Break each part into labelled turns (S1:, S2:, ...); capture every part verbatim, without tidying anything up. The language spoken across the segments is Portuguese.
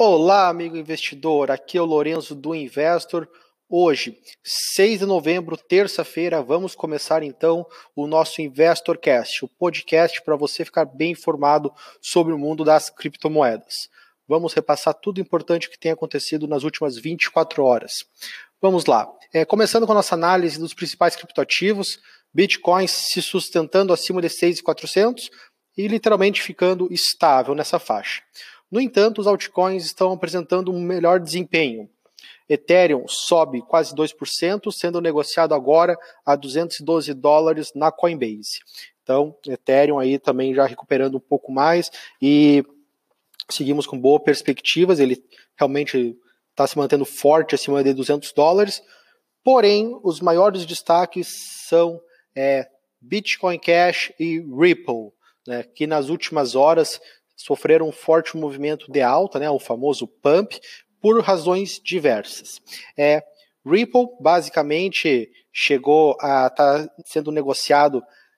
S1: Olá, amigo investidor, aqui é o Lorenzo do Investor. Hoje, seis de novembro, terça-feira, vamos começar então o nosso InvestorCast, o podcast para você ficar bem informado sobre o mundo das criptomoedas. Vamos repassar tudo importante que tem acontecido nas últimas vinte e quatro horas. Vamos lá, é, começando com a nossa análise dos principais criptoativos, Bitcoin se sustentando acima de seis mil e quatrocentos e literalmente ficando estável nessa faixa. No entanto, os altcoins estão apresentando um melhor desempenho. Ethereum sobe quase dois por cento, sendo negociado agora a duzentos e doze dólares na Coinbase. Então, Ethereum aí também já recuperando um pouco mais e seguimos com boas perspectivas. Ele realmente está se mantendo forte acima de duzentos dólares. Porém, os maiores destaques são é, Bitcoin Cash e Ripple, né, que nas últimas horas sofreram um forte movimento de alta, né, o famoso pump, por razões diversas. É, Ripple basicamente chegou a estar tá sendo negociado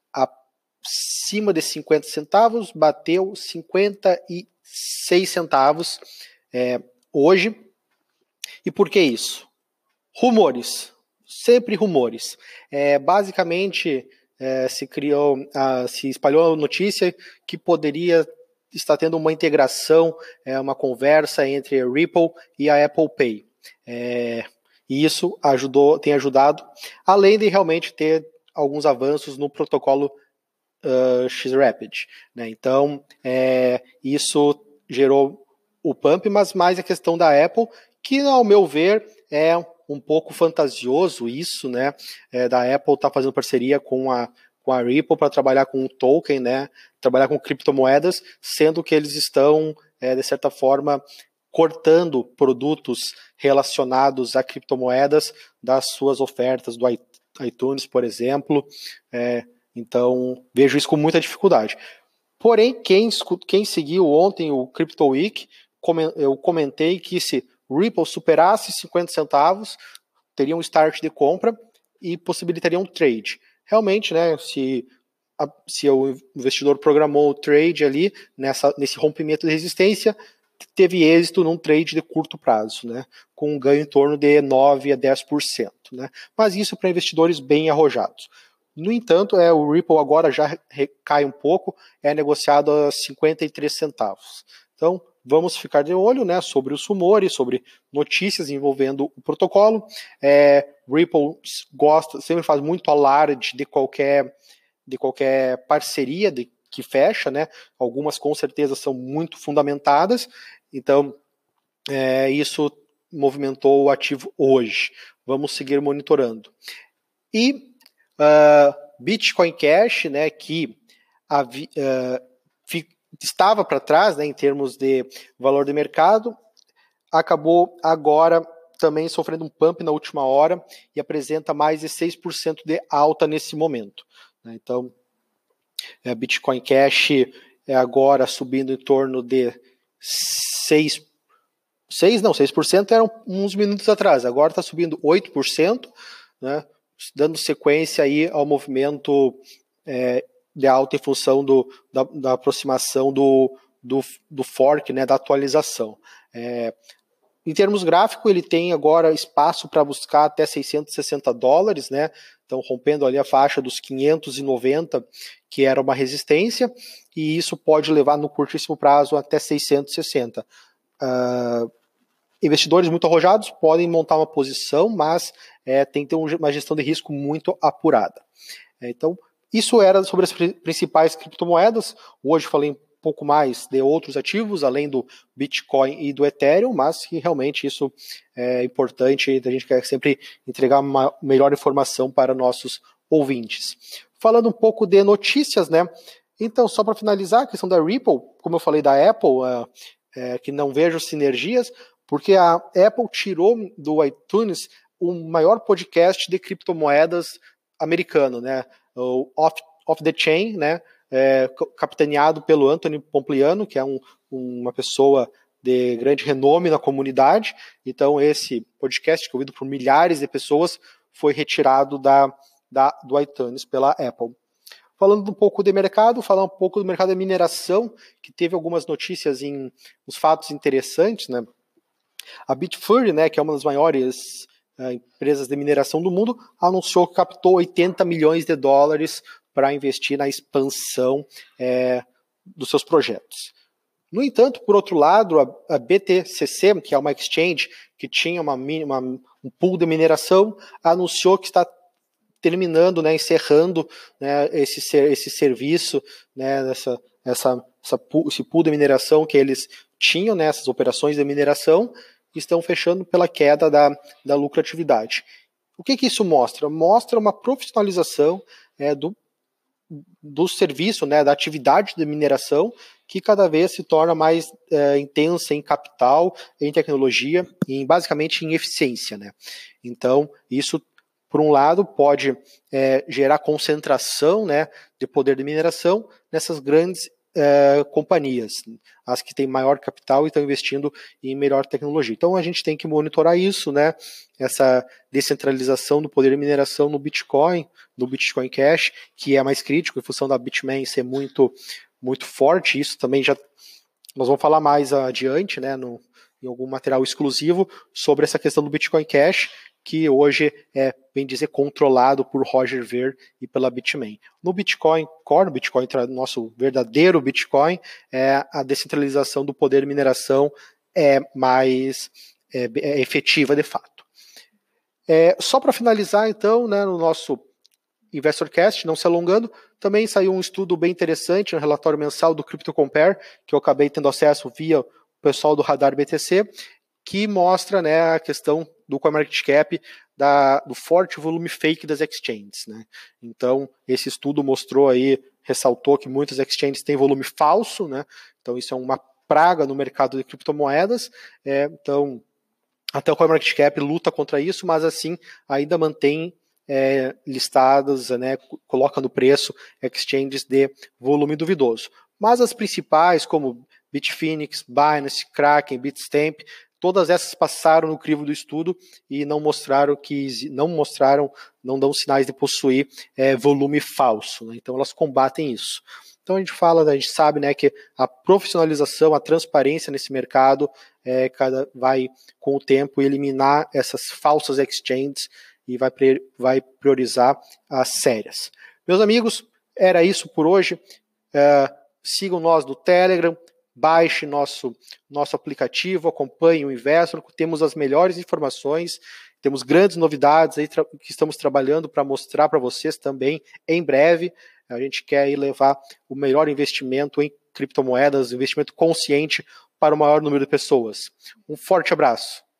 S1: acima de cinquenta centavos, bateu cinquenta e seis centavos é, hoje. E por que isso? Rumores, sempre rumores. É, basicamente é, se criou, a, se espalhou a notícia que poderia está tendo uma integração, é, uma conversa entre a Ripple e a Apple Pay. É, e isso ajudou, tem ajudado, além de realmente ter alguns avanços no protocolo uh, X-Rapid. Né? Então, é, isso gerou o pump, mas mais a questão da Apple, que, ao meu ver, é um pouco fantasioso isso, né? É, da Apple estar tá fazendo parceria com a com a Ripple para trabalhar com o token, né, trabalhar com criptomoedas, sendo que eles estão, é, de certa forma, cortando produtos relacionados a criptomoedas das suas ofertas do iTunes, por exemplo. É, então, vejo isso com muita dificuldade. Porém, quem, quem seguiu ontem o Crypto Week, eu comentei que se Ripple superasse cinquenta centavos, teria um start de compra e possibilitaria um trade. Realmente, né, se, a, se o investidor programou o trade ali, nessa, nesse rompimento de resistência, teve êxito num trade de curto prazo, né, com um ganho em torno de nove a dez por cento. Né, mas isso para investidores bem arrojados. No entanto, é, o Ripple agora já recai um pouco, é negociado a cinquenta e três centavos. Então, vamos ficar de olho, né, sobre os rumores, sobre notícias envolvendo o protocolo. É, Ripple gosta, sempre faz muito alarde de qualquer, de qualquer parceria de, que fecha, né? Algumas com certeza são muito fundamentadas, então é, isso movimentou o ativo hoje. Vamos seguir monitorando. E uh, Bitcoin Cash, né, que a, uh, fica estava para trás, né, em termos de valor de mercado, acabou agora também sofrendo um pump na última hora e apresenta mais de seis por cento de alta nesse momento. Né? Então, a Bitcoin Cash é agora subindo em torno de seis por cento, seis, não, seis por cento eram uns minutos atrás, agora está subindo oito por cento, né, dando sequência aí ao movimento é, de alta em função do, da, da aproximação do, do, do fork, né, da atualização. É, em termos gráficos, ele tem agora espaço para buscar até seiscentos e sessenta dólares, né, então rompendo ali a faixa dos quinhentos e noventa, que era uma resistência, e isso pode levar no curtíssimo prazo até seiscentos e sessenta. Uh, investidores muito arrojados podem montar uma posição, mas é, tem que ter uma gestão de risco muito apurada. É, então, isso era sobre as principais criptomoedas. Hoje falei um pouco mais de outros ativos, além do Bitcoin e do Ethereum, mas que realmente isso é importante, a gente quer sempre entregar uma melhor informação para nossos ouvintes. Falando um pouco de notícias, né? Então, só para finalizar, a questão da Ripple, como eu falei da Apple, é, é, que não vejo sinergias, porque a Apple tirou do iTunes o maior podcast de criptomoedas americano, né? O Off, Off the Chain, né? É, capitaneado pelo Anthony Pompliano, que é um, uma pessoa de grande renome na comunidade. Então, esse podcast, que é ouvido por milhares de pessoas, foi retirado da, da, do iTunes pela Apple. Falando um pouco de mercado, falar um pouco do mercado de mineração, que teve algumas notícias em uns fatos interessantes, né? A Bitfury, né, que é uma das maiores uh, empresas de mineração do mundo, anunciou que captou oitenta milhões de dólares para investir na expansão é, dos seus projetos. No entanto, por outro lado, a, a B T C C, que é uma exchange que tinha uma, uma, um pool de mineração, anunciou que está terminando, né, encerrando, né, esse, esse serviço, né, essa, essa, essa pool, esse pool de mineração que eles tinham, né, essas operações de mineração, estão fechando pela queda da, da lucratividade. O que, que isso mostra? Mostra uma profissionalização é, do, do serviço, né, da atividade de mineração, que cada vez se torna mais é, intensa em capital, em tecnologia e em, basicamente em eficiência, né? Então, isso, por um lado, pode é, gerar concentração, né, de poder de mineração nessas grandes é, companhias, as que têm maior capital e estão investindo em melhor tecnologia. Então a gente tem que monitorar isso, né, essa descentralização do poder de mineração no Bitcoin, no Bitcoin Cash, que é mais crítico em função da Bitmain ser muito, muito forte. Isso também já nós vamos falar mais adiante, né, no, em algum material exclusivo sobre essa questão do Bitcoin Cash, que hoje é, bem dizer, controlado por Roger Ver e pela Bitmain. No Bitcoin Core, no Bitcoin, nosso verdadeiro Bitcoin, é, a descentralização do poder de mineração é mais é, é efetiva de fato. É, só para finalizar, então, né, no nosso InvestorCast, não se alongando, também saiu um estudo bem interessante, um relatório mensal do CryptoCompare, que eu acabei tendo acesso via o pessoal do Radar B T C, que mostra, né, a questão do CoinMarketCap, da, do forte volume fake das exchanges, né? Então, esse estudo mostrou aí, ressaltou que muitas exchanges têm volume falso, né? Então, isso é uma praga no mercado de criptomoedas. É, então, até o CoinMarketCap luta contra isso, mas assim, ainda mantém é, listadas, né, coloca no preço exchanges de volume duvidoso. Mas as principais, como Bitfinex, Binance, Kraken, Bitstamp, todas essas passaram no crivo do estudo e não mostraram que não mostraram, não dão sinais de possuir é, volume falso, né? Então elas combatem isso. Então a gente fala, a gente sabe, né, que a profissionalização, a transparência nesse mercado é, cada, vai com o tempo eliminar essas falsas exchanges e vai, vai priorizar as sérias. Meus amigos, era isso por hoje. É, sigam nós no Telegram. Baixe nosso, nosso aplicativo, acompanhe o Investor, temos as melhores informações, temos grandes novidades aí que estamos trabalhando para mostrar para vocês também em breve. A gente quer aí levar o melhor investimento em criptomoedas, investimento consciente para o maior número de pessoas. Um forte abraço.